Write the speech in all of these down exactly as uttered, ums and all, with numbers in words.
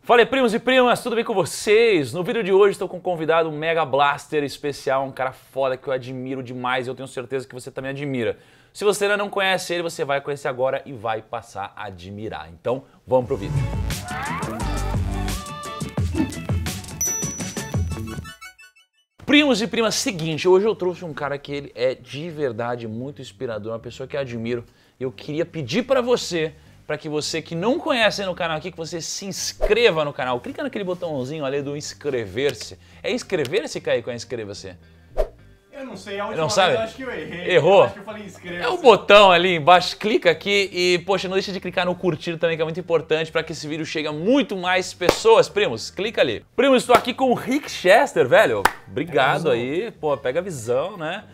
Fala aí, primos e primas, tudo bem com vocês? No vídeo de hoje estou com um convidado, um Mega Blaster especial, um cara foda que eu admiro demais e eu tenho certeza que você também admira. Se você ainda não conhece ele, você vai conhecer agora e vai passar a admirar. Então, vamos pro vídeo. Primos e primas, seguinte, hoje eu trouxe um cara que ele é de verdade muito inspirador, uma pessoa que eu admiro. Eu queria pedir pra você, para que você que não conhece no canal aqui, que você se inscreva no canal. Clica naquele botãozinho ali do inscrever-se. É inscrever-se, Kaique, ou é inscreva-se? Eu não sei, a última não vez sabe? eu acho que eu errei. Errou? Eu acho que eu falei inscreva-se. É o botão ali embaixo, clica aqui e, poxa, não deixa de clicar no curtir também, que é muito importante para que esse vídeo chegue a muito mais pessoas. Primos, clica ali. Primos, estou aqui com o Rick Chester, velho. Obrigado aí, pô, pega a visão, né?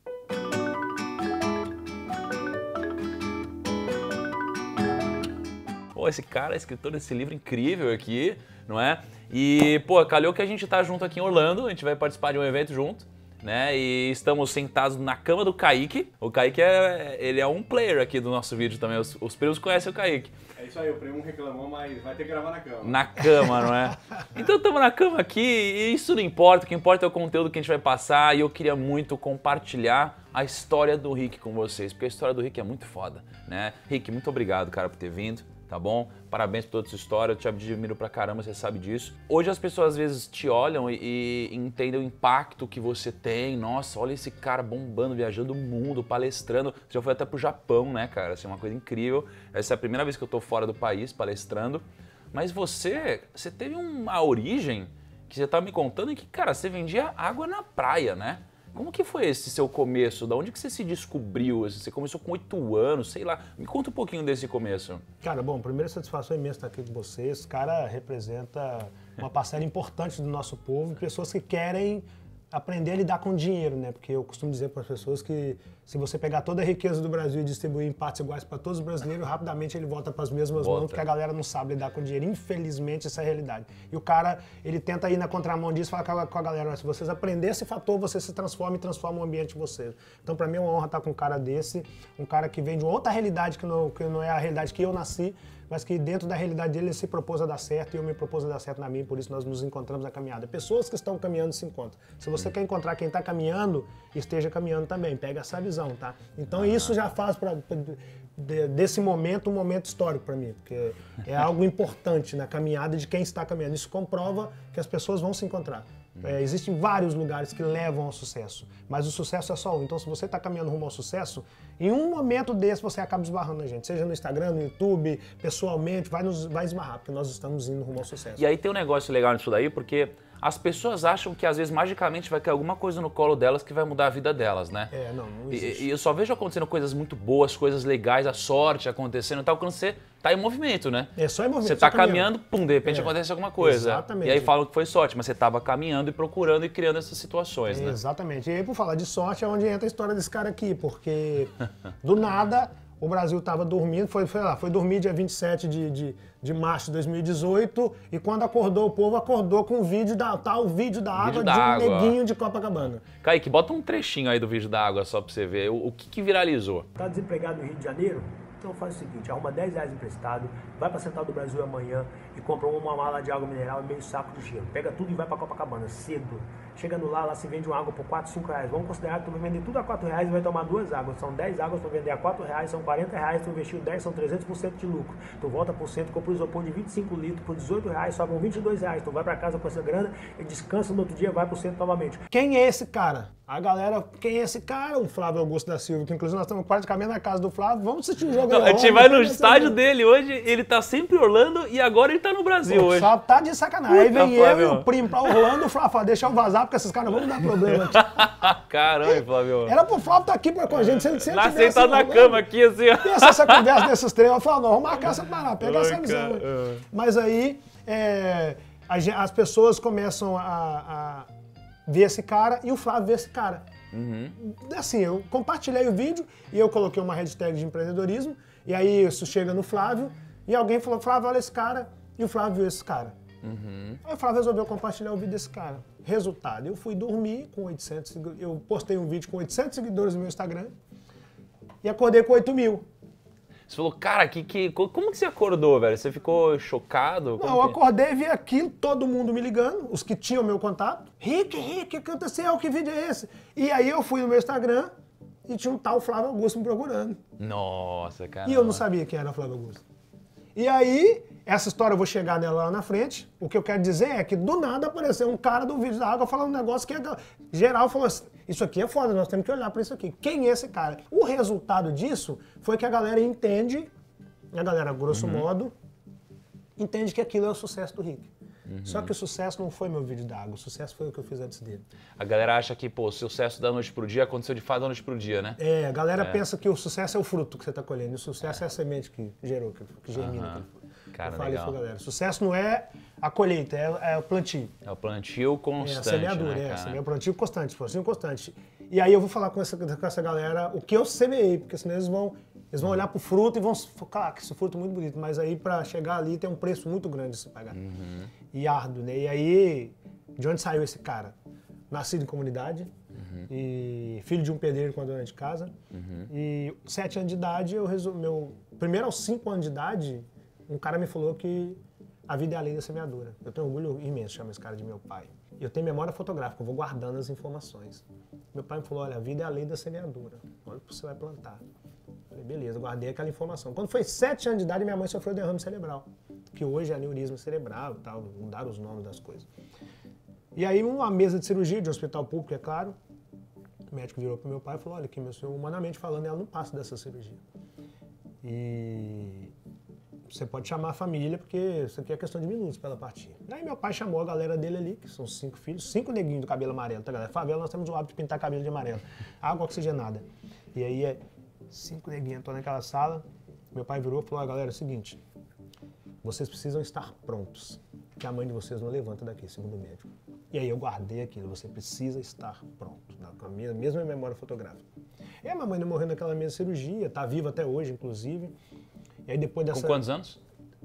Pô, esse cara é escritor desse livro incrível aqui, não é? E, pô, calhou que a gente tá junto aqui em Orlando, a gente vai participar de um evento junto, né? E estamos sentados na cama do Kaique. O Kaique é, ele é um player aqui do nosso vídeo também, os, os primos conhecem o Kaique. É isso aí, o primo reclamou, mas vai ter que gravar na cama. Na cama, não é? Então estamos na cama aqui e isso não importa, o que importa é o conteúdo que a gente vai passar e eu queria muito compartilhar a história do Rick com vocês, porque a história do Rick é muito foda, né? Rick, muito obrigado, cara, por ter vindo. Tá bom? Parabéns por toda essa história, eu te admiro pra caramba, você sabe disso. Hoje as pessoas às vezes te olham e, e entendem o impacto que você tem. Nossa, olha esse cara bombando, viajando o mundo, palestrando. Você já foi até pro Japão, né, cara? Assim, uma coisa incrível. Essa é a primeira vez que eu tô fora do país palestrando. Mas você, você teve uma origem que você tá me contando em que, cara, você vendia água na praia, né? Como que foi esse seu começo? Da onde que você se descobriu? Você começou com oito anos, sei lá. Me conta um pouquinho desse começo. Cara, bom, primeira satisfação imensa estar aqui com vocês. Esse cara representa uma parcela importante do nosso povo, pessoas que querem aprender a lidar com dinheiro, né? Porque eu costumo dizer para as pessoas que se você pegar toda a riqueza do Brasil e distribuir em partes iguais para todos os brasileiros, rapidamente ele volta para as mesmas Volta. mãos, porque a galera não sabe lidar com dinheiro. Infelizmente, essa é a realidade. E o cara, ele tenta ir na contramão disso e falar com a galera, se vocês aprenderem esse fator, você se transforma e transforma o ambiente de vocês. Então, para mim é uma honra estar com um cara desse, um cara que vem de uma outra realidade que não, que não é a realidade que eu nasci, mas que dentro da realidade dele ele se propôs a dar certo e eu me propus a dar certo na minha, por isso nós nos encontramos na caminhada. Pessoas que estão caminhando se encontram. Se você quer encontrar quem está caminhando, esteja caminhando também, pega essa visão, tá? Então isso já faz pra, pra, desse momento um momento histórico para mim, porque é algo importante na caminhada de quem está caminhando. Isso comprova que as pessoas vão se encontrar. É, existem vários lugares que levam ao sucesso, mas o sucesso é só um. Então, se você está caminhando rumo ao sucesso, em um momento desse você acaba esbarrando na gente, seja no Instagram, no YouTube, pessoalmente, vai, nos, vai esbarrar, porque nós estamos indo rumo ao sucesso. E aí tem um negócio legal nisso daí, porque as pessoas acham que às vezes magicamente vai cair alguma coisa no colo delas que vai mudar a vida delas, né? É, não, não existe. E, e eu só vejo acontecendo coisas muito boas, coisas legais, a sorte acontecendo e tal, quando você tá em movimento, né? É só em movimento. Você tá caminhando, pum, de repente é. acontece alguma coisa. Exatamente. E aí falam que foi sorte, mas você tava caminhando e procurando e criando essas situações, é, né? Exatamente. E aí, por falar de sorte, é onde entra a história desse cara aqui, porque do nada o Brasil estava dormindo, foi, foi lá, foi dormir dia vinte e sete de, de, de março de dois mil e dezoito, e quando acordou, o povo acordou com o vídeo da, tá, o vídeo da água vídeo da de um água. neguinho de Copacabana. Kaique, bota um trechinho aí do vídeo da água só pra você ver. O, o que que viralizou? Tá desempregado no Rio de Janeiro? Então faz o seguinte, arruma dez reais emprestado, vai para Central do Brasil amanhã e compra uma mala de água mineral e meio saco de gelo. Pega tudo e vai para Copacabana, cedo. Chegando lá, lá se vende uma água por quatro, cinco reais. Vamos considerar que tu vai vender tudo a quatro reais e vai tomar duas águas. São dez águas para vender a quatro reais, são quarenta reais, tu investiu dez, são trezentos por cento de lucro. Tu volta por cento, compra um isopor de vinte e cinco litros por dezoito reais, sobram vinte e dois reais. Tu vai para casa com essa grana e descansa no outro dia, vai pro centro novamente. Quem é esse cara? A galera, quem é esse cara? O Flávio Augusto da Silva, que inclusive nós estamos praticamente na casa do Flávio. Vamos assistir o jogo. Não, a gente vai no estádio dele hoje, ele tá sempre em Orlando e agora ele tá no Brasil Pô, hoje. Só tá de sacanagem. Aí vem Puta, eu e Flávio. o primo pra Orlando, o Flávio fala, deixa eu vazar, porque esses caras não vão dar problema aqui. Caramba, Flávio. Era pro Flávio estar aqui com a gente, se ele sempre Lá tivesse sentado na Orlando. cama aqui, assim, ó. Pensa essa conversa desses três, eu falo, não, vamos marcar essa parada, pega Ai, essa visão. cara, é. Mas aí, é, a gen- as pessoas começam a, a ver esse cara e o Flávio vê esse cara. Uhum. Assim, eu compartilhei o vídeo e eu coloquei uma hashtag de empreendedorismo, e aí isso chega no Flávio, e alguém falou, Flávio, olha esse cara, e o Flávio viu esse cara. Uhum. Aí o Flávio resolveu compartilhar o vídeo desse cara. Resultado, eu fui dormir com oitocentos seguidores, eu postei um vídeo com oitocentos seguidores no meu Instagram e acordei com oito mil. Você falou, cara, que, que, como que você acordou, velho? Você ficou chocado? Como Não, eu que... acordei e vi aquilo, todo mundo me ligando, os que tinham meu contato. Rick, Rick, o que aconteceu? Que vídeo é esse? E aí eu fui no meu Instagram e tinha um tal Flávio Augusto me procurando. Nossa, cara. E eu não sabia quem era Flávio Augusto. E aí, essa história eu vou chegar nela lá na frente. O que eu quero dizer é que do nada apareceu um cara do vídeo da água falando um negócio que a geral falou assim, isso aqui é foda, nós temos que olhar para isso aqui. Quem é esse cara? O resultado disso foi que a galera entende, a galera, grosso uhum. modo, entende que aquilo é o sucesso do Rick. Uhum. Só que o sucesso não foi meu vídeo da água, o sucesso foi o que eu fiz antes dele. A galera acha que, pô, o sucesso da noite pro dia aconteceu de fato da noite pro dia, né? É, a galera é. pensa que o sucesso é o fruto que você tá colhendo, o sucesso é, é a semente que gerou, que, que germina. Uhum. Cara, eu falei legal. isso pra galera. Sucesso não é a colheita, é, é o plantio. É o plantio constante, é a semeadura, né, é, cara? é o plantio constante, plantio constante. E aí eu vou falar com essa, com essa galera o que eu semeei, porque senão eles vão, eles vão olhar pro fruto e vão focar, que esse fruto é muito bonito, mas aí pra chegar ali tem um preço muito grande de se pagar. Uhum. E árduo, né? E aí, de onde saiu esse cara? Nascido em comunidade, uhum. e filho de um pedreiro com a dona de casa. Uhum. E sete anos de idade, eu resolvi, meu, primeiro aos cinco anos de idade, um cara me falou que a vida é a lei da semeadura. Eu tenho orgulho imenso, chama esse cara de meu pai. Eu tenho memória fotográfica, eu vou guardando as informações. Meu pai me falou, olha, a vida é a lei da semeadura. Olha o que você vai plantar. Eu falei, beleza, guardei aquela informação. Quando foi sete anos de idade, minha mãe sofreu derrame cerebral, que hoje é aneurisma cerebral e tal, mudaram os nomes das coisas. E aí, uma mesa de cirurgia de um hospital público, é claro, o médico virou para meu pai e falou, olha, aqui, meu senhor, humanamente falando, ela não passa dessa cirurgia. E você pode chamar a família, porque isso aqui é questão de minutos para ela partir. Aí meu pai chamou a galera dele ali, que são cinco filhos, cinco neguinhos do cabelo amarelo, tá, galera? Favela, nós temos o hábito de pintar cabelo de amarelo. Água oxigenada. E aí, é cinco neguinhos, estou naquela sala, meu pai virou e falou, ah, galera, é o seguinte, vocês precisam estar prontos, que a mãe de vocês não levanta daqui, segundo o médico. E aí eu guardei aquilo, você precisa estar pronto, com a mesma memória fotográfica. E a mamãe não morreu naquela mesma cirurgia, tá viva até hoje, inclusive. E aí depois dessa... Com quantos anos?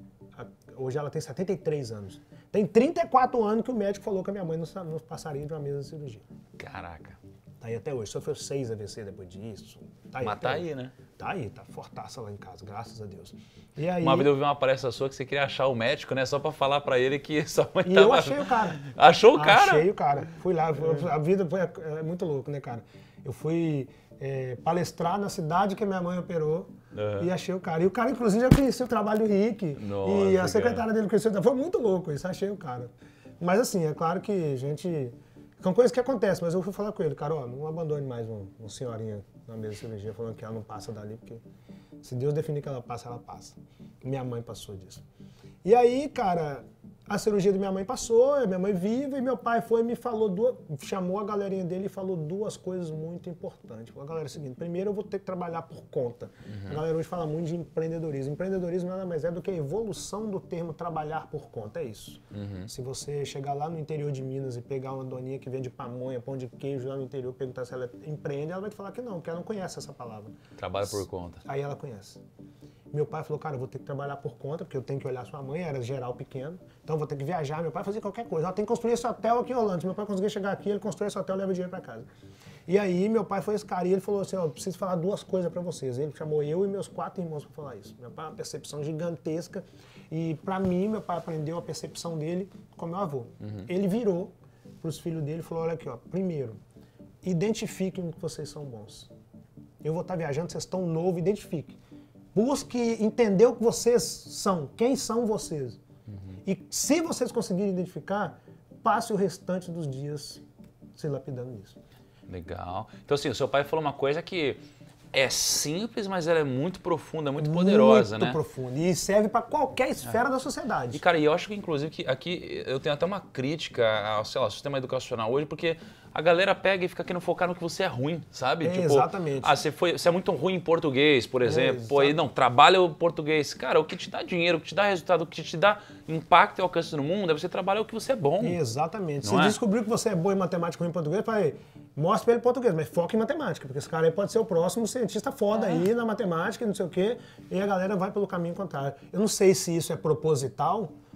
Hoje ela tem setenta e três anos. Tem trinta e quatro anos que o médico falou que a minha mãe não, não passaria de uma mesma cirurgia. Caraca. Tá aí até hoje. Sofreu seis A V C depois disso. Tá aí Mas tá aí, né? Tá aí, tá fortaça lá em casa, graças a Deus. E aí... Uma vez eu vi uma palestra sua que você queria achar o médico, né? Só pra falar pra ele que sua mãe E tava... eu achei o cara. Achou o cara? Achei o cara. Fui lá. A vida foi é, muito louco, né, cara? Eu fui é, palestrar na cidade que a minha mãe operou. Uhum. E achei o cara. E o cara, inclusive, já conhecia o trabalho do Rick. Nossa, e a secretária cara. dele conheceu. Foi muito louco isso, achei o cara. Mas assim, é claro que a gente... São coisas que acontecem, mas eu fui falar com ele, cara, ó, não abandone mais uma, uma senhorinha na mesa de cirurgia falando que ela não passa dali, porque se Deus definir que ela passa, ela passa. Minha mãe passou disso. E aí, cara, a cirurgia da minha mãe passou, minha mãe viva, e meu pai foi e me falou, duas, chamou a galerinha dele e falou duas coisas muito importantes. Falou, galera, é o seguinte, primeiro eu vou ter que trabalhar por conta. Uhum. A galera hoje fala muito de empreendedorismo. Empreendedorismo nada mais é do que a evolução do termo trabalhar por conta, é isso. Uhum. Se você chegar lá no interior de Minas e pegar uma doninha que vende pamonha, pão de queijo lá no interior, perguntar se ela empreende, ela vai te falar que não, porque ela não conhece essa palavra. Trabalha por conta. Aí ela conhece. Meu pai falou, cara, eu vou ter que trabalhar por conta, porque eu tenho que olhar sua mãe, era geral pequeno, então eu vou ter que viajar. Meu pai fazia qualquer coisa. Ela tem que construir esse hotel aqui em Orlando. Se meu pai conseguir chegar aqui, ele constrói esse hotel e leva o dinheiro pra casa. E aí meu pai foi esse cara e ele falou assim, ó, eu preciso falar duas coisas pra vocês. Ele chamou eu e meus quatro irmãos pra falar isso. Meu pai é uma percepção gigantesca e pra mim, meu pai aprendeu a percepção dele com meu avô. Uhum. Ele virou pros filhos dele e falou, olha aqui, ó, primeiro, identifiquem que vocês são bons. Eu vou estar viajando, vocês estão novos, identifiquem. Busque entender o que vocês são, quem são vocês. Uhum. E se vocês conseguirem identificar, passe o restante dos dias se lapidando nisso. Legal. Então assim, o seu pai falou uma coisa que é simples, mas ela é muito profunda, muito poderosa, muito né? Muito profunda. E serve para qualquer esfera é. da sociedade. E cara, eu acho que inclusive que aqui eu tenho até uma crítica ao, sei lá, ao sistema educacional hoje, porque a galera pega e fica querendo focar no que você é ruim, sabe? É, tipo, exatamente. Ah, você, foi, você é muito ruim em português, por exemplo. É, Pô, aí não, trabalha o português. Cara, o que te dá dinheiro, o que te dá resultado, o que te dá impacto e alcance no mundo é você trabalhar o que você é bom. Exatamente. Não você é? descobriu que você é bom em matemática ou em português, pai, mostra pra ele português, mas foca em matemática, porque esse cara aí pode ser o próximo cientista foda é. aí na matemática, não sei o quê, e a galera vai pelo caminho contrário. Eu não sei se isso é proposital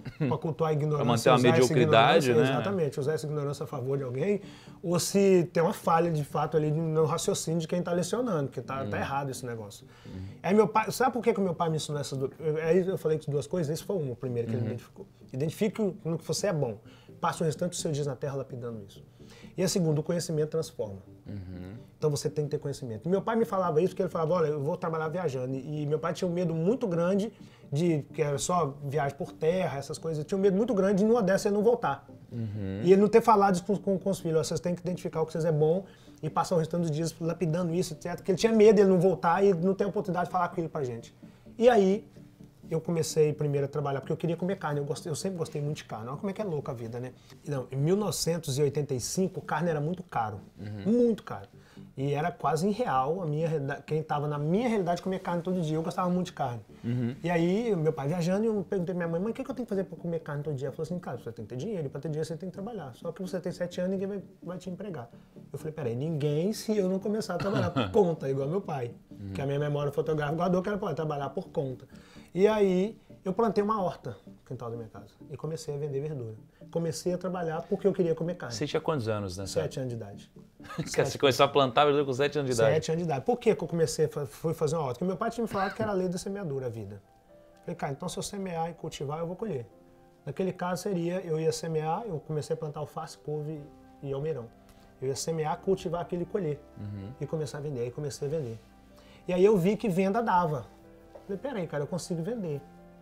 para cultuar a ignorância. Para manter uma mediocridade, né? Exatamente, usar essa ignorância a favor de alguém, ou se tem uma falha de fato ali no raciocínio de quem está lecionando, porque está hum. tá errado esse negócio. Hum. Aí meu pai, sabe por que, que meu pai me ensinou essas duas? Aí eu falei duas coisas, esse foi uma, o primeiro que uhum. ele identificou. Identifique no que você é bom. Passe o restante dos seus dias na terra lapidando isso. E a segunda, o conhecimento transforma. Uhum. Então você tem que ter conhecimento. E meu pai me falava isso porque ele falava, olha, eu vou trabalhar viajando. E meu pai tinha um medo muito grande de, que era só viagem por terra, essas coisas. Ele tinha um medo muito grande de numa dessas ele não voltar. Uhum. E ele não ter falado isso com, com, com os filhos. Vocês têm que identificar o que vocês é bom e passar o restante dos dias lapidando isso, etcétera. Porque ele tinha medo de ele não voltar e não ter a oportunidade de falar com ele pra gente. E aí, eu comecei primeiro a trabalhar, porque eu queria comer carne, eu, gostei, eu sempre gostei muito de carne. Olha como é que é louca a vida, né? Não, em mil novecentos e oitenta e cinco, carne era muito caro, uhum. muito caro. E era quase irreal, a minha, quem estava na minha realidade comia carne todo dia, eu gostava muito de carne. Uhum. E aí, meu pai viajando, eu perguntei pra minha mãe, mãe, o que, que eu tenho que fazer para comer carne todo dia? Ela falou assim, cara, você tem que ter dinheiro, e para ter dinheiro você tem que trabalhar. Só que você tem sete anos e ninguém vai, vai te empregar. Eu falei, peraí, ninguém se eu não começar a trabalhar por conta, igual meu pai. Uhum. Que a minha memória fotográfica guardou que era pô, trabalhar por conta. E aí, eu plantei uma horta no quintal da minha casa e comecei a vender verdura. Comecei a trabalhar porque eu queria comer carne. Você tinha quantos anos nessa? Sete anos de idade. Você começou a plantar verdura com sete anos de idade? Sete anos de idade. Por que que eu comecei, fui fazer uma horta? Porque meu pai tinha me falado que era a lei da semeadura a vida. Falei, cara, então se eu semear e cultivar, eu vou colher. Naquele caso seria, eu ia semear, eu comecei a plantar alface, couve e almeirão. Eu ia semear, cultivar aquilo e colher. Uhum. E começar a vender. Aí comecei a vender. E aí eu vi que venda dava. Falei, peraí, cara, eu consigo vender.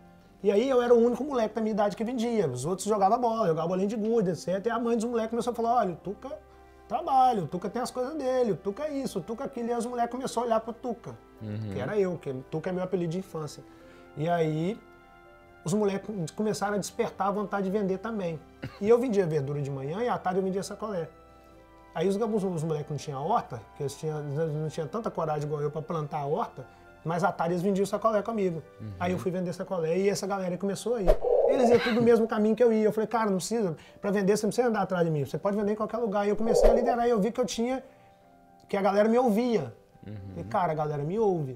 E aí eu era o único moleque da minha idade que vendia. Os outros jogavam bola, jogavam bolinha de gude, etcétera. E a mãe dos moleques começou a falar, olha, o Tuca trabalha, o Tuca tem as coisas dele, o Tuca é isso, o Tuca é aquilo. E os moleques começaram a olhar pro Tuca, uhum. que era eu, que Tuca é meu apelido de infância. E aí os moleques começaram a despertar a vontade de vender também. E eu vendia verdura de manhã e à tarde eu vendia sacolé. Aí os, os, os moleques não tinham horta, que eles tinham, não tinham tanta coragem igual eu para plantar a horta, mas à tarde eles vendiam sacolé comigo. Uhum. Aí eu fui vender sacolé e essa galera começou a ir. Eles iam tudo no mesmo caminho que eu ia. Eu falei, cara, não precisa, para vender você não precisa andar atrás de mim, você pode vender em qualquer lugar. E eu comecei a liderar e eu vi que eu tinha, que a galera me ouvia. Uhum. E cara, a galera me ouve.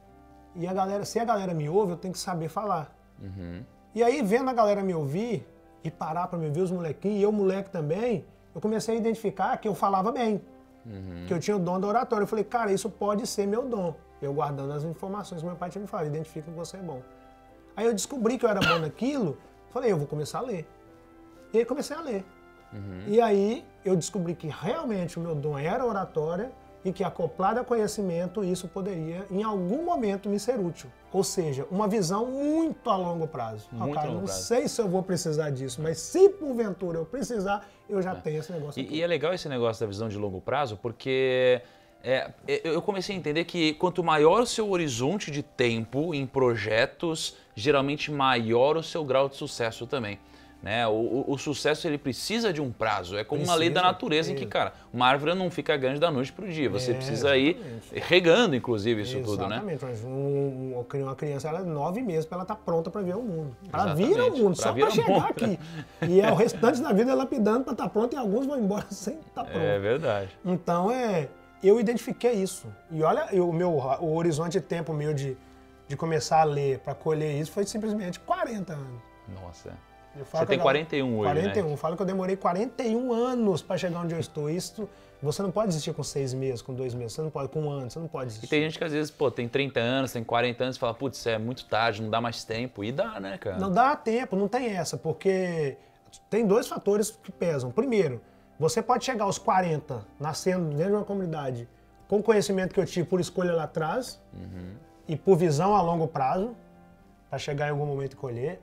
E a galera, se a galera me ouve, eu tenho que saber falar. Uhum. E aí, vendo a galera me ouvir e parar para me ouvir os molequinhos, e eu moleque também, eu comecei a identificar que eu falava bem. Uhum. Que eu tinha o dom da oratória. Eu falei, cara, isso pode ser meu dom. Eu guardando as informações que meu pai tinha me falado, identifica que você é bom. Aí eu descobri que eu era bom naquilo, falei, eu vou começar a ler. E aí comecei a ler. Uhum. E aí eu descobri que realmente o meu dom era oratória e que acoplado a conhecimento isso poderia em algum momento me ser útil. Ou seja, uma visão muito a longo prazo. Muito oh, cara, a longo não prazo. sei se eu vou precisar disso, mas se porventura eu precisar, eu já é. tenho esse negócio aqui. E, e é legal esse negócio da visão de longo prazo, porque é, eu comecei a entender que quanto maior o seu horizonte de tempo em projetos, geralmente maior o seu grau de sucesso também. Né? O, o, o sucesso ele precisa de um prazo, é como precisa, uma lei da natureza é. em que, cara, uma árvore não fica grande da noite para o dia, você é, precisa exatamente. ir regando, inclusive, isso exatamente. tudo, né? Exatamente, um, uma criança, ela é nove meses para ela estar tá pronta para ver o mundo. Ela vira o mundo, pra só para chegar mundo. aqui. E é o restante da vida lapidando para estar tá pronta e alguns vão embora sem estar tá pronto. É verdade. Então, é, eu identifiquei isso. E olha, eu, o, meu, o horizonte de tempo meu de, de começar a ler para colher isso foi simplesmente quarenta anos. Nossa. Você tem quarenta e um hoje, quarenta e um. né? Falo que eu demorei quarenta e um anos para chegar onde eu estou. Isso, você não pode desistir com seis meses, com dois meses, você não pode, com um ano, você não pode desistir. E tem gente que às vezes, pô, tem trinta anos, tem quarenta anos e fala, putz, isso é muito tarde, não dá mais tempo. E dá, né, cara? Não dá tempo, não tem essa, porque tem dois fatores que pesam. Primeiro, você pode chegar aos quarenta, nascendo dentro de uma comunidade, com o conhecimento que eu tive por escolha lá atrás, uhum. e por visão a longo prazo, para chegar em algum momento e colher.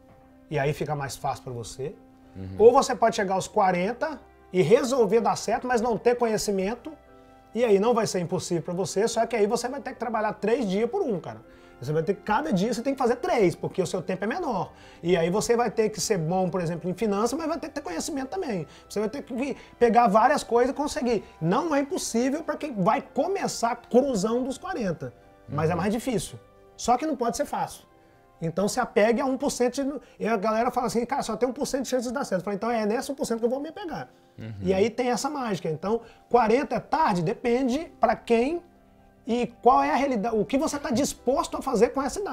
E aí fica mais fácil para você. Uhum. Ou você pode chegar aos quarenta e resolver dar certo, mas não ter conhecimento. E aí não vai ser impossível para você, só que aí você vai ter que trabalhar três dias por um, cara. Você vai ter que, cada dia você tem que fazer três, porque o seu tempo é menor. E aí você vai ter que ser bom, por exemplo, em finanças, mas vai ter que ter conhecimento também. Você vai ter que pegar várias coisas e conseguir. Não é impossível para quem vai começar cruzão dos quarenta, mas uhum. é mais difícil. Só que não pode ser fácil. Então se apegue a um por cento de... E a galera fala assim, cara, só tem um por cento de chance de dar certo. Eu falo, então é nessa um por cento que eu vou me pegar. Uhum. E aí tem essa mágica. Então, quarenta é tarde? Depende para quem e qual é a realidade, o que você está disposto a fazer com essa idade.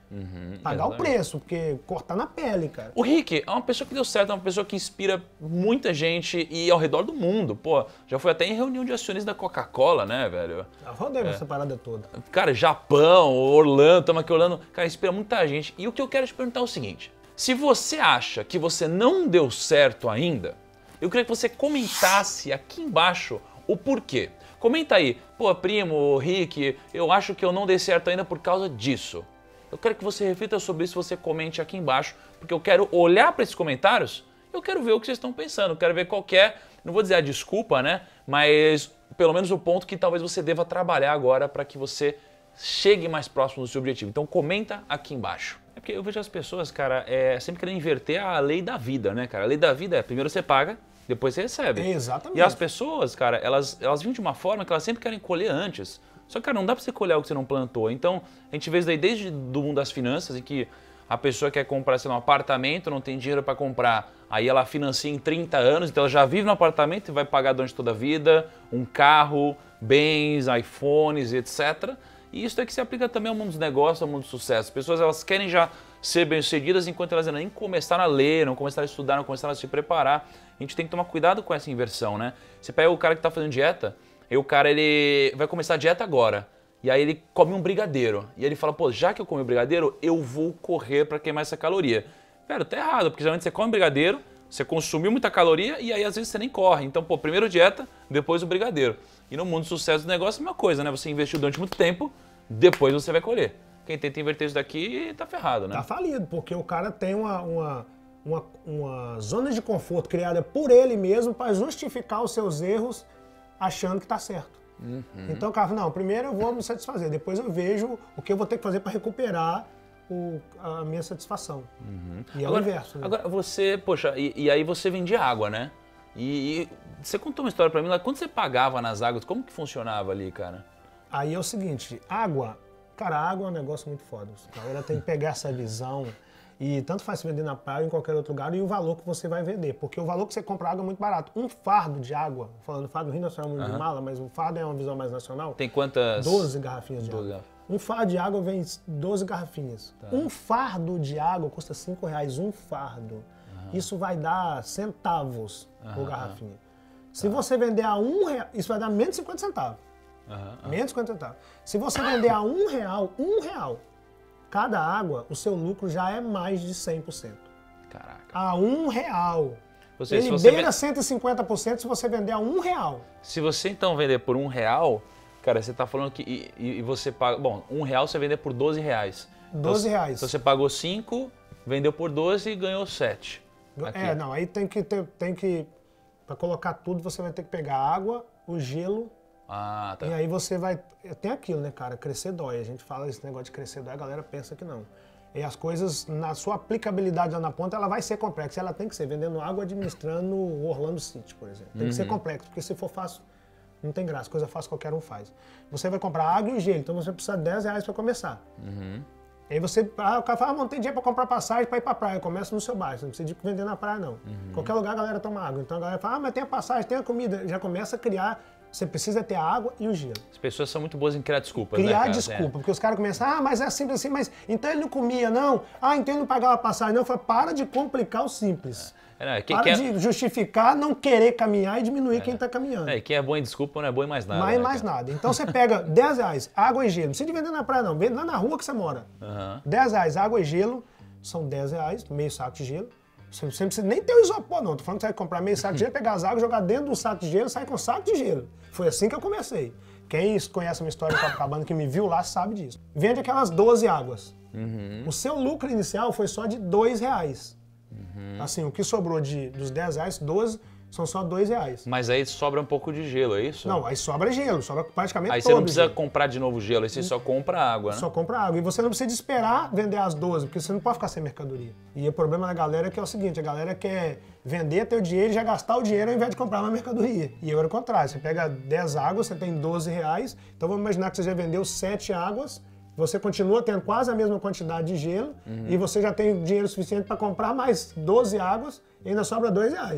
Uhum, Pagar o exatamente. preço, porque cortar na pele, cara. O Rick é uma pessoa que deu certo, é uma pessoa que inspira muita gente e ao redor do mundo. Pô, já foi até em reunião de acionistas da Coca-Cola, né, velho? Eu rodei essa parada toda. Cara, Japão, Orlando, estamos aqui Orlando. Cara, inspira muita gente. E o que eu quero te perguntar é o seguinte. Se você acha que você não deu certo ainda, eu queria que você comentasse aqui embaixo o porquê. Comenta aí, pô, primo, Rick, eu acho que eu não dei certo ainda por causa disso. Eu quero que você reflita sobre isso, você comente aqui embaixo, porque eu quero olhar para esses comentários, eu quero ver o que vocês estão pensando, eu quero ver qual que é, não vou dizer a desculpa, né, mas pelo menos o ponto que talvez você deva trabalhar agora para que você chegue mais próximo do seu objetivo. Então comenta aqui embaixo. É porque eu vejo as pessoas, cara, é, sempre querendo inverter a lei da vida, né, cara? A lei da vida é, primeiro você paga, depois você recebe. É, exatamente. E as pessoas, cara, elas, elas vêm de uma forma que elas sempre querem colher antes. Só que, cara, não dá pra você colher o que você não plantou. Então, a gente vê isso daí desde do mundo das finanças, em que a pessoa quer comprar, sei lá, um apartamento, não tem dinheiro para comprar, aí ela financia em trinta anos, então ela já vive no apartamento e vai pagar durante toda a vida, um carro, bens, iPhones, etcétera. E isso é que se aplica também ao mundo dos negócios, ao mundo do sucesso. As pessoas, elas querem já ser bem-sucedidas enquanto elas ainda nem começaram a ler, não começaram a estudar, não começaram a se preparar. A gente tem que tomar cuidado com essa inversão, né? Você pega o cara que está fazendo dieta, e o cara, ele vai começar a dieta agora. E aí ele come um brigadeiro. E ele fala, pô, já que eu comi o brigadeiro, eu vou correr para queimar essa caloria. Velho, tá errado, porque geralmente você come brigadeiro, você consumiu muita caloria e aí às vezes você nem corre. Então, pô, primeiro dieta, depois o brigadeiro. E no mundo do sucesso do negócio é a mesma coisa, né? Você investiu durante muito tempo, depois você vai colher. Quem tenta inverter isso daqui tá ferrado, né? Tá falido, porque o cara tem uma, uma, uma, uma zona de conforto criada por ele mesmo para justificar os seus erros achando que tá certo. Uhum. Então o cara fala, não, primeiro eu vou me satisfazer, depois eu vejo o que eu vou ter que fazer para recuperar o, a minha satisfação. Uhum. E é agora, o inverso. Né? Agora você, poxa, e, e aí você vendia água, né? E, e você contou uma história para mim lá, quando você pagava nas águas, como que funcionava ali, cara? Aí é o seguinte, água, cara, água é um negócio muito foda. A galera tem que pegar essa visão e tanto faz se vender na praia ou em qualquer outro lugar e o valor que você vai vender. Porque o valor que você compra água é muito barato. Um fardo de água, falando fardo do Rio Nacional Mundo de Mala, mas o fardo é uma visão mais nacional. Tem quantas? doze garrafinhas de doze. água. Um fardo de água vem doze garrafinhas. Tá. Um fardo de água custa cinco reais, um fardo. Uhum. Isso vai dar centavos uhum. por garrafinha. Se tá. você vender a um real, isso vai dar menos de cinquenta centavos. Uhum. menos de cinquenta centavos. Se você vender a um real, um real, cada água, o seu lucro já é mais de cem por cento. Caraca. A um real. Você, Ele você beira vende... cento e cinquenta por cento se você vender a um real. Se você então vender por um real, cara, você tá falando que e, e você paga... Bom, um real você vender por doze reais. doze então, reais. Então você pagou cinco, vendeu por doze e ganhou sete. Aqui. É, não, aí tem que ter, tem que... Para colocar tudo, você vai ter que pegar a água, o gelo... Ah, tá. E aí você vai... Tem aquilo, né, cara? Crescer dói. A gente fala esse negócio de crescer dói, a galera pensa que não. E as coisas, na sua aplicabilidade lá na ponta, ela vai ser complexa. Ela tem que ser vendendo água, administrando o Orlando City, por exemplo. Tem uhum. que ser complexo, porque se for fácil, não tem graça. Coisa fácil qualquer um faz. Você vai comprar água e gelo, então você precisa de dez reais para começar. Uhum. Aí você... Ah, o cara fala, ah, não tem dinheiro para comprar passagem para ir para praia. Começa no seu bairro, você não precisa de vender na praia, não. Uhum. Qualquer lugar a galera toma água. Então a galera fala, ah, mas tem a passagem, tem a comida. Já começa a criar... Você precisa ter a água e o gelo. As pessoas são muito boas em criar desculpas, criar né, cara? desculpa, é. porque os caras começam, ah, mas é simples assim, mas então ele não comia, não? Ah, então ele não pagava passagem, não? Eu falo, para de complicar o simples. É, não, quem, para quem de é... justificar não querer caminhar e diminuir é. quem está caminhando. É, quem é bom em desculpa não é bom em mais nada. Mais, né, mais cara? nada. Então você pega dez reais, água e gelo. Não precisa de vender na praia, não. Vende lá na rua que você mora. Uhum. dez reais, água e gelo, são dez reais, meio saco de gelo. Você não precisa nem ter o isopor, não. Tô falando que você vai comprar meio saco de gelo, pegar as águas, jogar dentro do saco de gelo e sair com saco de gelo. Foi assim que eu comecei. Quem conhece a minha história de Copacabana, que me viu lá, sabe disso. Vende aquelas doze águas. Uhum. O seu lucro inicial foi só de dois reais. Uhum. Assim, o que sobrou de, dos dez reais, doze, são só dois reais. Mas aí sobra um pouco de gelo, é isso? Não, aí sobra gelo, sobra praticamente aí todo. Aí você não precisa gelo. comprar de novo gelo, aí você só compra água, né? Só compra água. E você não precisa esperar vender as doze, porque você não pode ficar sem mercadoria. E o problema da galera é que é o seguinte, a galera quer vender teu dinheiro e já gastar o dinheiro ao invés de comprar uma mercadoria. E eu era o contrário, você pega dez águas, você tem doze reais, então vamos imaginar que você já vendeu sete águas, você continua tendo quase a mesma quantidade de gelo uhum. e você já tem dinheiro suficiente para comprar mais doze águas e ainda sobra dois reais.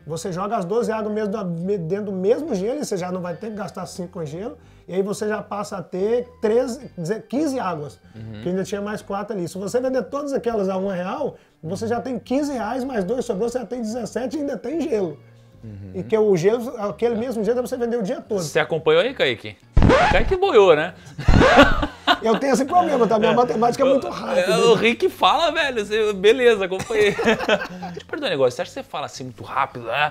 você joga as doze águas mesmo da- dentro do mesmo gelo, e você já não vai ter que gastar cinco com gelo, e aí você já passa a ter treze, quinze águas, que ainda tinha mais quatro ali. Se você vender todas aquelas a um real, você já tem quinze reais, mais dois sobrou, você já tem dezessete e ainda tem gelo. E que o gelo, aquele mesmo gelo, você vender o dia todo. Você acompanhou aí, Kaique? O Kaique boiou, né? Eu tenho esse problema, tá? Minha matemática é muito rápida. O Rick fala, velho, você- beleza, acompanhei. Deixa eu perguntar um negócio, você acha que você fala assim muito rápido, né?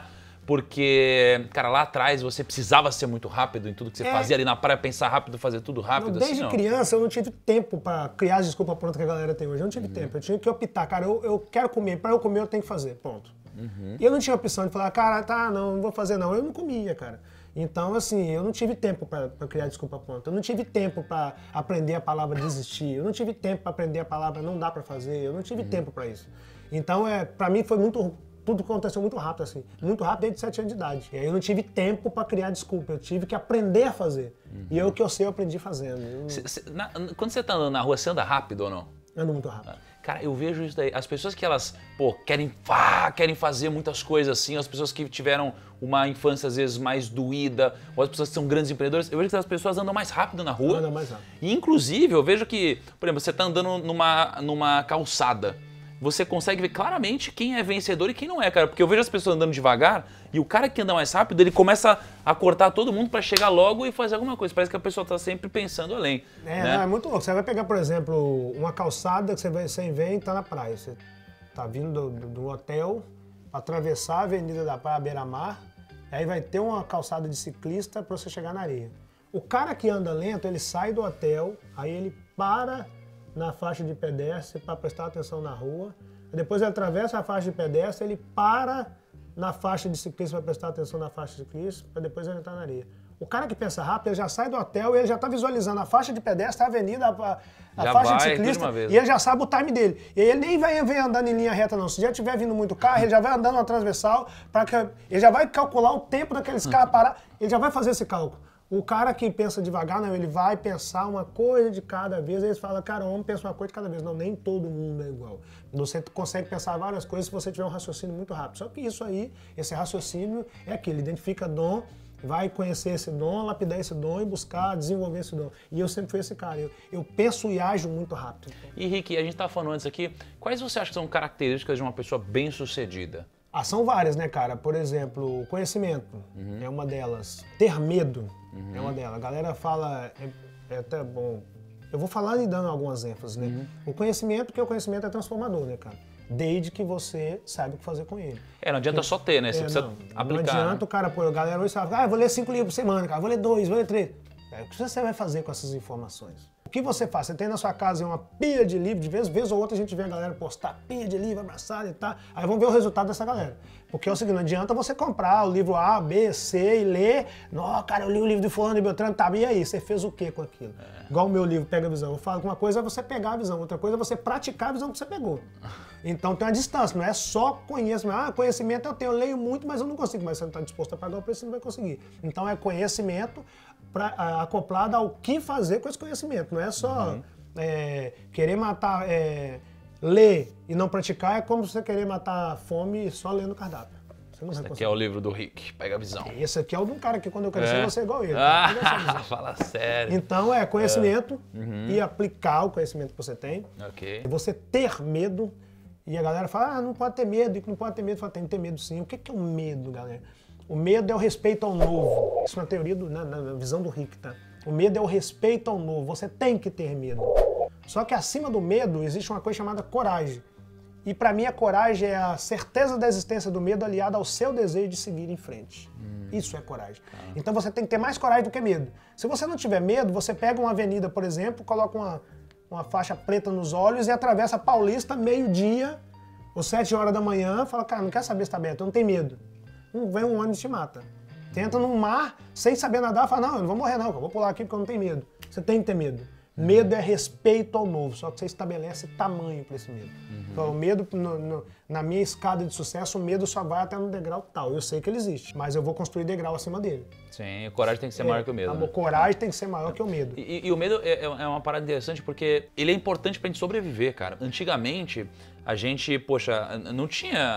Porque, cara, lá atrás você precisava ser muito rápido em tudo que você É. fazia ali na praia, pensar rápido, fazer tudo rápido, Não, desde assim, não? criança eu não tive tempo pra criar as desculpas prontas que a galera tem hoje. Eu não tive tempo. Eu tinha que optar, cara, eu, eu quero comer, pra eu comer eu tenho que fazer, ponto. E eu não tinha opção de falar, cara, tá, não, não vou fazer não. Eu não comia, cara. Então, assim, eu não tive tempo pra, pra criar desculpa pronta. Eu não tive tempo pra aprender a palavra desistir. Eu não tive tempo pra aprender a palavra não dá pra fazer. Eu não tive tempo pra isso. Então, é, pra mim foi muito... Tudo aconteceu muito rápido, assim. Muito rápido desde sete anos de idade. E aí eu não tive tempo pra criar desculpa. Eu tive que aprender a fazer. E eu, o que eu sei, eu aprendi fazendo. Eu Cê- cê- na- quando você tá andando na rua, você anda rápido ou não? ando muito rápido. Cara, eu vejo isso daí. As pessoas que elas, pô, querem, ah, querem fazer muitas coisas assim, as pessoas que tiveram uma infância às vezes mais doída, ou as pessoas que são grandes empreendedores, eu vejo que as pessoas andam mais rápido na rua. Andam mais rápido. E inclusive, eu vejo que, por exemplo, você tá andando numa, numa calçada. Você consegue ver claramente quem é vencedor e quem não é, cara. Porque eu vejo as pessoas andando devagar e o cara que anda mais rápido, ele começa a cortar todo mundo pra chegar logo e fazer alguma coisa. Parece que a pessoa tá sempre pensando além. É, né? não, é muito louco. Você vai pegar, por exemplo, uma calçada que você, vai, você vem e tá na praia. Você tá vindo do, do- do hotel, atravessar a Avenida da Praia, beira-mar, aí vai ter uma calçada de ciclista para você chegar na areia. O cara que anda lento, ele sai do hotel, aí ele para na faixa de pedestre para prestar atenção na rua, depois ele atravessa a faixa de pedestre, ele para na faixa de ciclista para prestar atenção na faixa de ciclista, para depois ele entrar na areia. O cara que pensa rápido, ele já sai do hotel e ele já está visualizando a faixa de pedestre, a avenida, a, a Já faixa vai, de tudo de ciclista, uma vez. e ele já sabe o time dele. E aí ele nem vai vir andando em linha reta, não. Se já estiver vindo muito carro, ele já vai andando na transversal, para que ele já vai calcular o tempo daqueles carros parar, ele já vai fazer esse cálculo. O cara que pensa devagar, não, ele vai pensar uma coisa de cada vez, aí eles falam, cara, o homem pensa uma coisa de cada vez. Não, nem todo mundo é igual. Você consegue pensar várias coisas se você tiver um raciocínio muito rápido. Só que isso aí, esse raciocínio é aquilo, identifica dom, vai conhecer esse dom, lapidar esse dom e buscar desenvolver esse dom. E eu sempre fui esse cara, eu, eu penso e ajo muito rápido. E Rick, a gente estava falando antes aqui, quais você acha que são características de uma pessoa bem-sucedida? Ah, são várias, né, cara? Por exemplo, conhecimento é uma delas. Ter medo é uma delas. A galera fala, é, é até bom. Eu vou falar e dando algumas ênfases, né? O conhecimento, porque o conhecimento é transformador, né, cara? Desde que você saiba o que fazer com ele. É, não adianta só ter, né? Você É, precisa não, aplicar. Não adianta o cara, pô, a galera hoje fala, ah, eu vou ler cinco livros por semana, cara, vou ler dois, vou ler três. É, o que você vai fazer com essas informações? O que você faz? Você tem na sua casa uma pilha de livros, de vez, vez ou outra a gente vê a galera postar pilha de livro, abraçada e tal. Aí vamos ver o resultado dessa galera. Porque é o seguinte, não adianta você comprar o livro A, B, C e ler. Não, cara, eu li o livro de fulano de Beltrano, tá, e aí? Você fez o quê com aquilo? É. Igual o meu livro, Pega a Visão. Eu falo que uma coisa é você pegar a visão, outra coisa é você praticar a visão que você pegou. Então tem uma distância, não é só conhecimento. Ah, conhecimento eu tenho, eu leio muito, mas eu não consigo. Mas você não está disposto a pagar o preço, você não vai conseguir. Então é conhecimento pra, a, acoplado ao que fazer com esse conhecimento. Não é só uhum. é, querer matar, é, ler e não praticar, é como você querer matar a fome só lendo o cardápio. Você não Esse vai aqui é o livro do Rick, Pega a Visão. Esse aqui é o de um cara que quando eu crescer É. eu vou ser igual ele. Ah, fala sério. Então é conhecimento É. Uhum. e aplicar o conhecimento que você tem. Ok. Você ter medo. E a galera fala, ah, não pode ter medo, e não pode ter medo. Fala, tem que ter medo sim. O que é o medo, galera? O medo é o respeito ao novo. Isso é uma teoria, do, na, na visão do Rick, tá? O medo é o respeito ao novo. Você tem que ter medo. Só que acima do medo existe uma coisa chamada coragem. E para mim a coragem é a certeza da existência do medo aliada ao seu desejo de seguir em frente. Hum. Isso é coragem. Ah. Então você tem que ter mais coragem do que medo. Se você não tiver medo, você pega uma avenida, por exemplo, coloca uma, uma faixa preta nos olhos e atravessa a Paulista meio-dia ou sete horas da manhã, fala, cara, não quer saber se está aberto, eu não tenho medo. Não vem um ônibus e te mata. Você entra no mar sem saber nadar, fala, não, eu não vou morrer não, eu vou pular aqui porque eu não tenho medo. Você tem que ter medo. Medo é respeito ao novo, só que você estabelece tamanho para esse medo. Uhum. Então, o medo, no, no, na minha escada de sucesso, o medo só vai até no degrau tal. Eu sei que ele existe, mas eu vou construir degrau acima dele. Sim, a coragem tem que ser é, maior que o medo. A né? coragem tem que ser maior que o medo. E, e o medo é, é uma parada interessante porque ele é importante pra gente sobreviver, cara. Antigamente, a gente, poxa, não tinha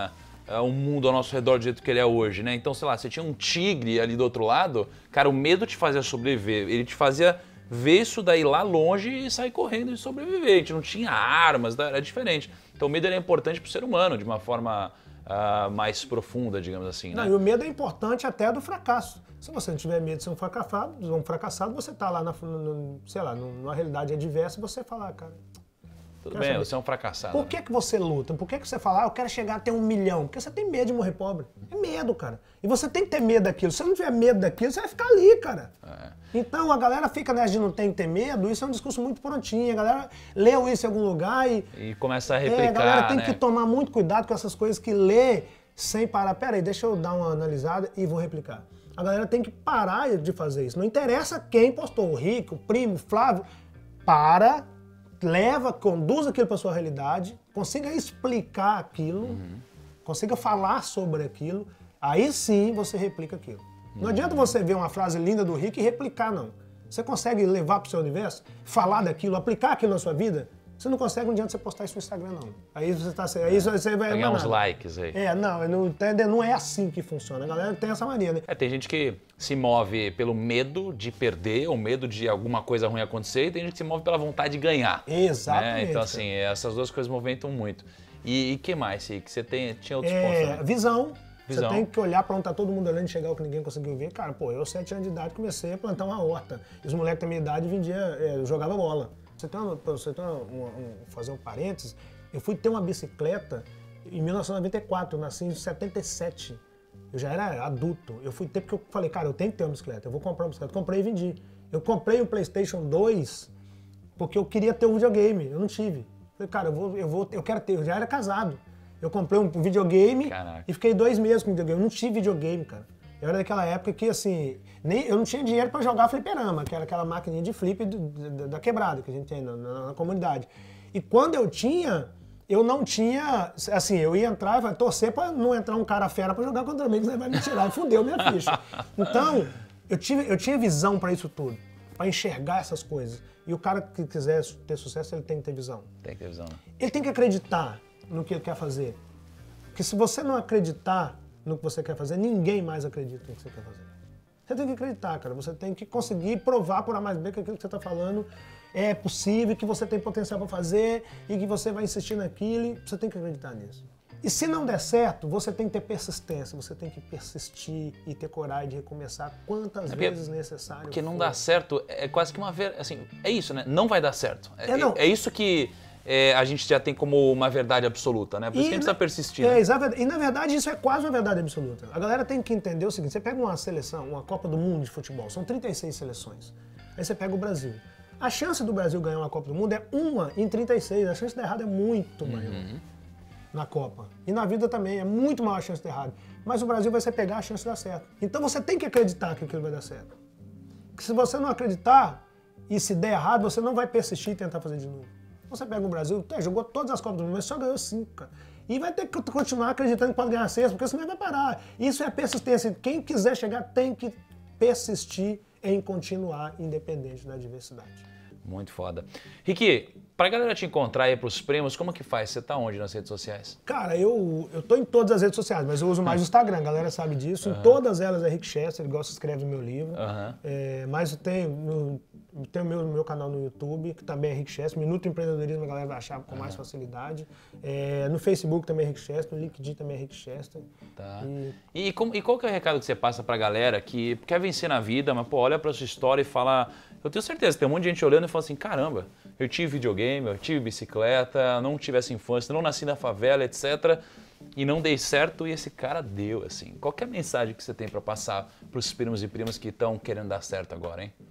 uh, o mundo ao nosso redor do jeito que ele é hoje, né? Então, sei lá, você tinha um tigre ali do outro lado, cara, o medo te fazia sobreviver, ele te fazia ver isso daí lá longe e sair correndo e sobreviver. A gente não tinha armas, era diferente. Então o medo era importante para o ser humano, de uma forma uh, mais profunda, digamos assim, né? Não, e o medo é importante até do fracasso. Se você não tiver medo de ser um fracassado, um fracassado você está lá, na, no, sei lá, numa realidade adversa e você fala, ah, cara... Tudo bem, saber. Você é um fracassado. Por que, que você luta? Por que, que você fala, ah, eu quero chegar a ter um milhão? Porque você tem medo de morrer pobre. É medo, cara. E você tem que ter medo daquilo. Se você não tiver medo daquilo, você vai ficar ali, cara. É. Então a galera fica nessa de não tem que ter medo, isso é um discurso muito prontinho. A galera leu isso em algum lugar e... E começa a replicar, é, a galera tem né? que tomar muito cuidado com essas coisas que lê sem parar. Pera aí, deixa eu dar uma analisada e vou replicar. A galera tem que parar de fazer isso. Não interessa quem postou, o Rick, o Primo, o Flávio. Para... leva, conduz aquilo para a sua realidade, consiga explicar aquilo, uhum. consiga falar sobre aquilo, aí sim você replica aquilo. Uhum. Não adianta você ver uma frase linda do Rick e replicar, não. Você consegue levar para o seu universo, falar daquilo, aplicar aquilo na sua vida? Você não consegue, não adianta você postar isso no Instagram, não. Aí você tá, aí você vai ganhar uns likes aí. É, não, não, não é assim que funciona. A galera tem essa mania, né? É, tem gente que se move pelo medo de perder, ou medo de alguma coisa ruim acontecer, e tem gente que se move pela vontade de ganhar. Exatamente. Né? Então, assim, essas duas coisas movimentam muito. E o que mais, Rick? Você tem, tinha outros é, pontos também? Visão. Visão. Você tem que olhar pra onde tá todo mundo olhando e chegar o que ninguém conseguiu ver. Cara, pô, eu, sete anos de idade, comecei a plantar uma horta. E os moleques da minha idade vendiam, é, jogava bola. Você tem uma, você tem uma, uma, um, fazer um parênteses, eu fui ter uma bicicleta em mil novecentos e noventa e quatro, eu nasci em setenta e sete. Eu já era adulto. Eu fui ter porque eu falei, cara, eu tenho que ter uma bicicleta, eu vou comprar uma bicicleta. Comprei e vendi. Eu comprei o PlayStation dois porque eu queria ter um videogame, eu não tive. Falei, cara, eu, vou, eu, vou, eu quero ter, eu já era casado. Eu comprei um videogame Caraca. E fiquei dois meses com videogame. Eu não tive videogame, cara. Eu era daquela época que, assim, nem, eu não tinha dinheiro para jogar fliperama, que era aquela maquininha de flip do, do, da quebrada que a gente tem na, na, na comunidade. E quando eu tinha, eu não tinha, assim, eu ia entrar e torcer para não entrar um cara fera para jogar contra mim, que você vai me tirar. E fudeu minha ficha. Então, eu, tive, eu tinha visão para isso tudo, para enxergar essas coisas. E o cara que quiser ter sucesso, ele tem que ter visão. Tem que ter visão, né? Ele tem que acreditar no que ele quer fazer. Porque se você não acreditar no que você quer fazer, ninguém mais acredita no que você quer fazer. Você tem que acreditar, cara. Você tem que conseguir provar por A mais B que aquilo que você está falando é possível, que você tem potencial para fazer e que você vai insistir naquilo. Você tem que acreditar nisso. E se não der certo, você tem que ter persistência, você tem que persistir e ter coragem de recomeçar quantas é vezes necessário. Porque não for. dá certo, é quase que uma... Ver... Assim, é isso, né? Não vai dar certo. É, é, não. é isso que... É, a gente já tem como uma verdade absoluta, né? Por isso que a gente precisa persistir. É, né? exatamente. E na verdade isso é quase uma verdade absoluta. A galera tem que entender o seguinte, você pega uma seleção, uma Copa do Mundo de futebol, são trinta e seis seleções. Aí você pega o Brasil. A chance do Brasil ganhar uma Copa do Mundo é uma em trinta e seis, a chance de dar errado é muito maior uhum. na Copa. E na vida também, é muito maior a chance de dar errado. Mas o Brasil vai ser pegar a chance de dar certo. Então você tem que acreditar que aquilo vai dar certo. Porque se você não acreditar e se der errado, você não vai persistir e tentar fazer de novo. Você pega o Brasil, é, jogou todas as Copas do Mundo, mas só ganhou cinco, cara. E vai ter que continuar acreditando que pode ganhar seis, porque senão vai parar. Isso é persistência. Quem quiser chegar tem que persistir em continuar independente da adversidade. Muito foda. Rick, pra galera te encontrar aí pros primos, como que faz? Você tá onde nas redes sociais? Cara, eu, eu tô em todas as redes sociais, mas eu uso mais o Instagram, a galera sabe disso. Uhum. Em todas elas é Rick Chester, igual se escreve no meu livro. Uhum. É, mas eu tenho, tenho o meu, meu canal no YouTube, que também é Rick Chester. Minuto Empreendedorismo a galera vai achar com mais uhum. facilidade. É, no Facebook também é Rick Chester, no LinkedIn também é Rick Chester. Tá. E, e, como, e qual que é o recado que você passa pra galera que quer vencer na vida, mas pô, olha pra sua história e fala... Eu tenho certeza, tem um monte de gente olhando e fala assim, caramba, eu tive videogame, eu tive bicicleta, não tive essa infância, não nasci na favela, etcétera. E não dei certo e esse cara deu, assim. Qual que é a mensagem que você tem para passar para os primos e primas que estão querendo dar certo agora, hein?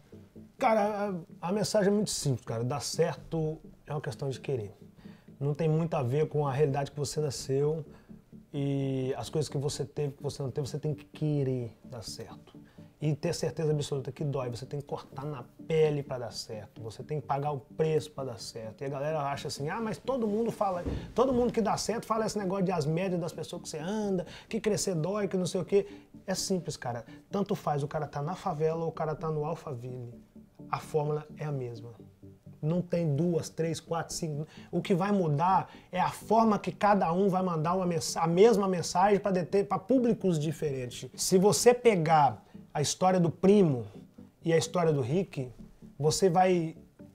Cara, a, a mensagem é muito simples, cara. Dar certo é uma questão de querer. Não tem muito a ver com a realidade que você nasceu e as coisas que você teve, que você não teve, você tem que querer dar certo. E ter certeza absoluta que dói, você tem que cortar na pele para dar certo, você tem que pagar o preço para dar certo. E a galera acha assim, ah, mas todo mundo fala, todo mundo que dá certo fala esse negócio de as médias das pessoas que você anda, que crescer dói, que não sei o quê. É simples, cara. Tanto faz o cara tá na favela ou o cara tá no Alphaville. A fórmula é a mesma. não tem duas, três, quatro, cinco. O que vai mudar é a forma que cada um vai mandar uma a mesma mensagem para públicos diferentes. Se você pegar a história do Primo e a história do Rick, você vai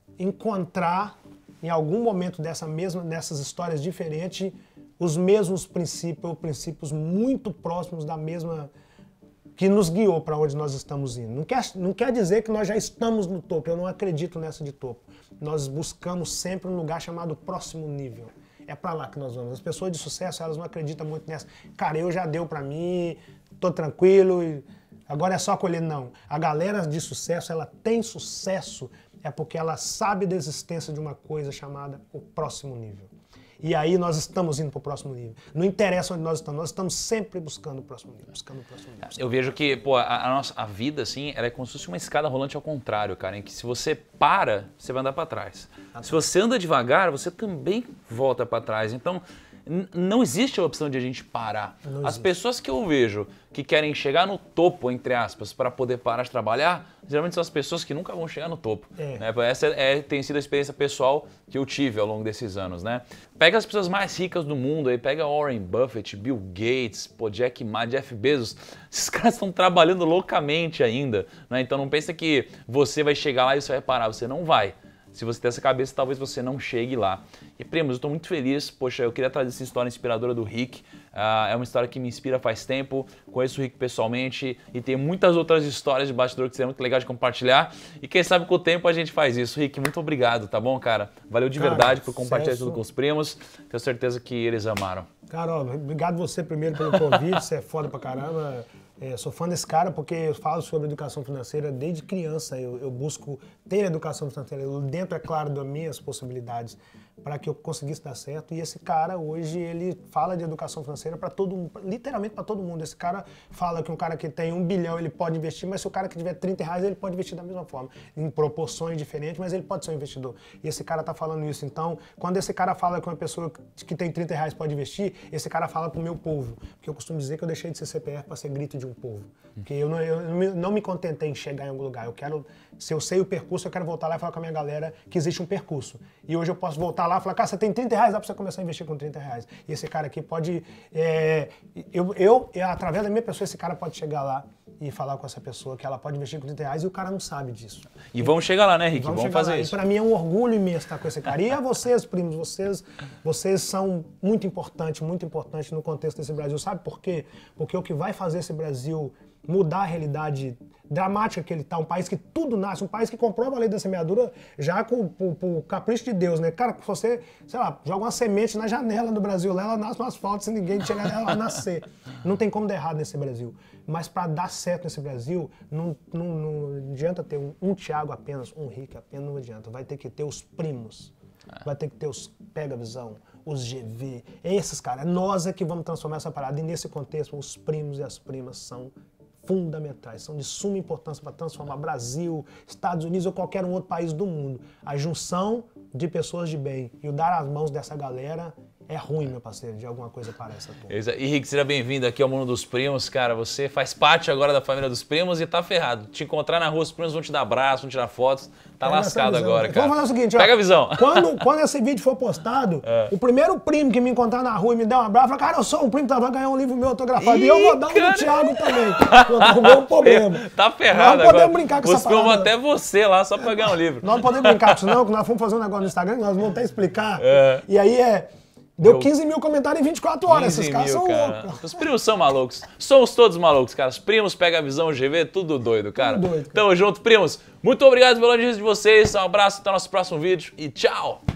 encontrar em algum momento dessa mesma, dessas histórias diferentes os mesmos princípios, ou princípios muito próximos da mesma que nos guiou para onde nós estamos indo. Não quer, não quer dizer que nós já estamos no topo, eu não acredito nessa de topo. Nós buscamos sempre um lugar chamado próximo nível. É para lá que nós vamos. As pessoas de sucesso, elas não acreditam muito nessa. Cara, eu já deu para mim, tô tranquilo, e agora é só colher. Não. A galera de sucesso, ela tem sucesso é porque ela sabe da existência de uma coisa chamada o próximo nível. E aí nós estamos indo para o próximo nível. Não interessa onde nós estamos, nós estamos sempre buscando o próximo nível, buscando o próximo nível. Eu vejo que, pô, a, a nossa a vida, assim, ela é como se fosse uma escada rolante ao contrário, cara, em que se você para, você vai andar para trás. Ah, se você anda devagar, você também volta para trás. Então, não existe a opção de a gente parar. As pessoas que eu vejo que querem chegar no topo, entre aspas, para poder parar de trabalhar, geralmente são as pessoas que nunca vão chegar no topo. É. Né? Essa é, tem sido a experiência pessoal que eu tive ao longo desses anos. Né? Pega as pessoas mais ricas do mundo, aí pega Warren Buffett, Bill Gates, pô, Jack Ma, Jeff Bezos. Esses caras estão trabalhando loucamente ainda. Né? Então não pensa que você vai chegar lá e você vai parar. Você não vai. Se você tem essa cabeça, talvez você não chegue lá. E, primos, eu estou muito feliz. Poxa, eu queria trazer essa história inspiradora do Rick. Uh, é uma história que me inspira faz tempo. Conheço o Rick pessoalmente e tem muitas outras histórias de bastidor que seria muito legal de compartilhar. E quem sabe com o tempo a gente faz isso. Rick, muito obrigado, tá bom, cara? Valeu de cara, verdade por compartilhar Celso... tudo com os primos. Tenho certeza que eles amaram. Cara, ó, obrigado você primeiro pelo convite. Você é foda pra caramba. É, sou fã desse cara porque eu falo sobre educação financeira desde criança. Eu, eu busco ter educação financeira dentro, é claro, das minhas possibilidades para que eu conseguisse dar certo. E esse cara hoje, ele fala de educação financeira para todo mundo, literalmente para todo mundo. Esse cara fala que um cara que tem um bilhão, ele pode investir, mas se o cara que tiver trinta reais, ele pode investir da mesma forma, em proporções diferentes, mas ele pode ser um investidor. E esse cara tá falando isso. Então, quando esse cara fala que uma pessoa que tem trinta reais pode investir, esse cara fala pro meu povo. Porque eu costumo dizer que eu deixei de ser C P F para ser grito de um povo. Porque eu não, eu não me contentei em chegar em algum lugar. Eu quero, se eu sei o percurso, eu quero voltar lá e falar com a minha galera que existe um percurso. E hoje eu posso voltar lá e falar, cara, você tem trinta reais, dá pra você começar a investir com trinta reais. E esse cara aqui pode, é, eu, eu, através da minha pessoa, esse cara pode chegar lá e falar com essa pessoa que ela pode investir com trinta reais e o cara não sabe disso. E vamos chegar lá, né, Rick? Vamos, vamos fazer lá. isso. E pra mim é um orgulho imenso estar com esse cara. E a vocês, primos, vocês, vocês são muito importantes, muito importantes no contexto desse Brasil. Sabe por quê? Porque o que vai fazer esse Brasil mudar a realidade dramática que ele está, um país que tudo nasce, um país que comprova a lei da semeadura já com, com, com o capricho de Deus, né? Cara, você, sei lá, joga uma semente na janela do Brasil, lá ela nasce no asfalto, se ninguém chegar nela, ela nascer. Não tem como dar errado nesse Brasil. Mas para dar certo nesse Brasil, não, não, não adianta ter um, um Thiago apenas, um Rick apenas, não adianta. Vai ter que ter os primos, vai ter que ter os Pega Visão, os G V, esses caras. Nós é que vamos transformar essa parada. E nesse contexto, os primos e as primas são fundamentais, são de suma importância para transformar Brasil, Estados Unidos ou qualquer um outro país do mundo. A junção de pessoas de bem e o dar as mãos dessa galera é ruim, meu parceiro, de alguma coisa parece. E Rick, seja bem-vindo aqui ao Mundo dos Primos, cara. Você faz parte agora da família dos primos e tá ferrado. Te encontrar na rua, os primos vão te dar abraço, vão tirar fotos. Tá Pega lascado agora, cara. Vamos fazer o seguinte, ó. Pega a visão. Quando, quando esse vídeo for postado, é. o primeiro primo que me encontrar na rua e me der um abraço, fala, cara, eu sou um primo que vai ganhar um livro meu autografado. Ih, e eu vou dar um cara... do Thiago também. O meu problema. Tá ferrado nós agora. Nós podemos brincar com Os essa parada. até você lá só pra ganhar um livro. Nós não podemos brincar com isso não, que nós fomos fazer um negócio no Instagram, nós vamos até explicar. É. E aí é... Deu quinze mil comentários em vinte e quatro horas, esses caras são loucos. Os primos são malucos. Somos todos malucos, cara. Os primos, Pega a Visão, G V, tudo doido, cara. Tudo doido, cara. Tamo junto, primos. Muito obrigado pela audiência de vocês. Um abraço, até o nosso próximo vídeo e tchau!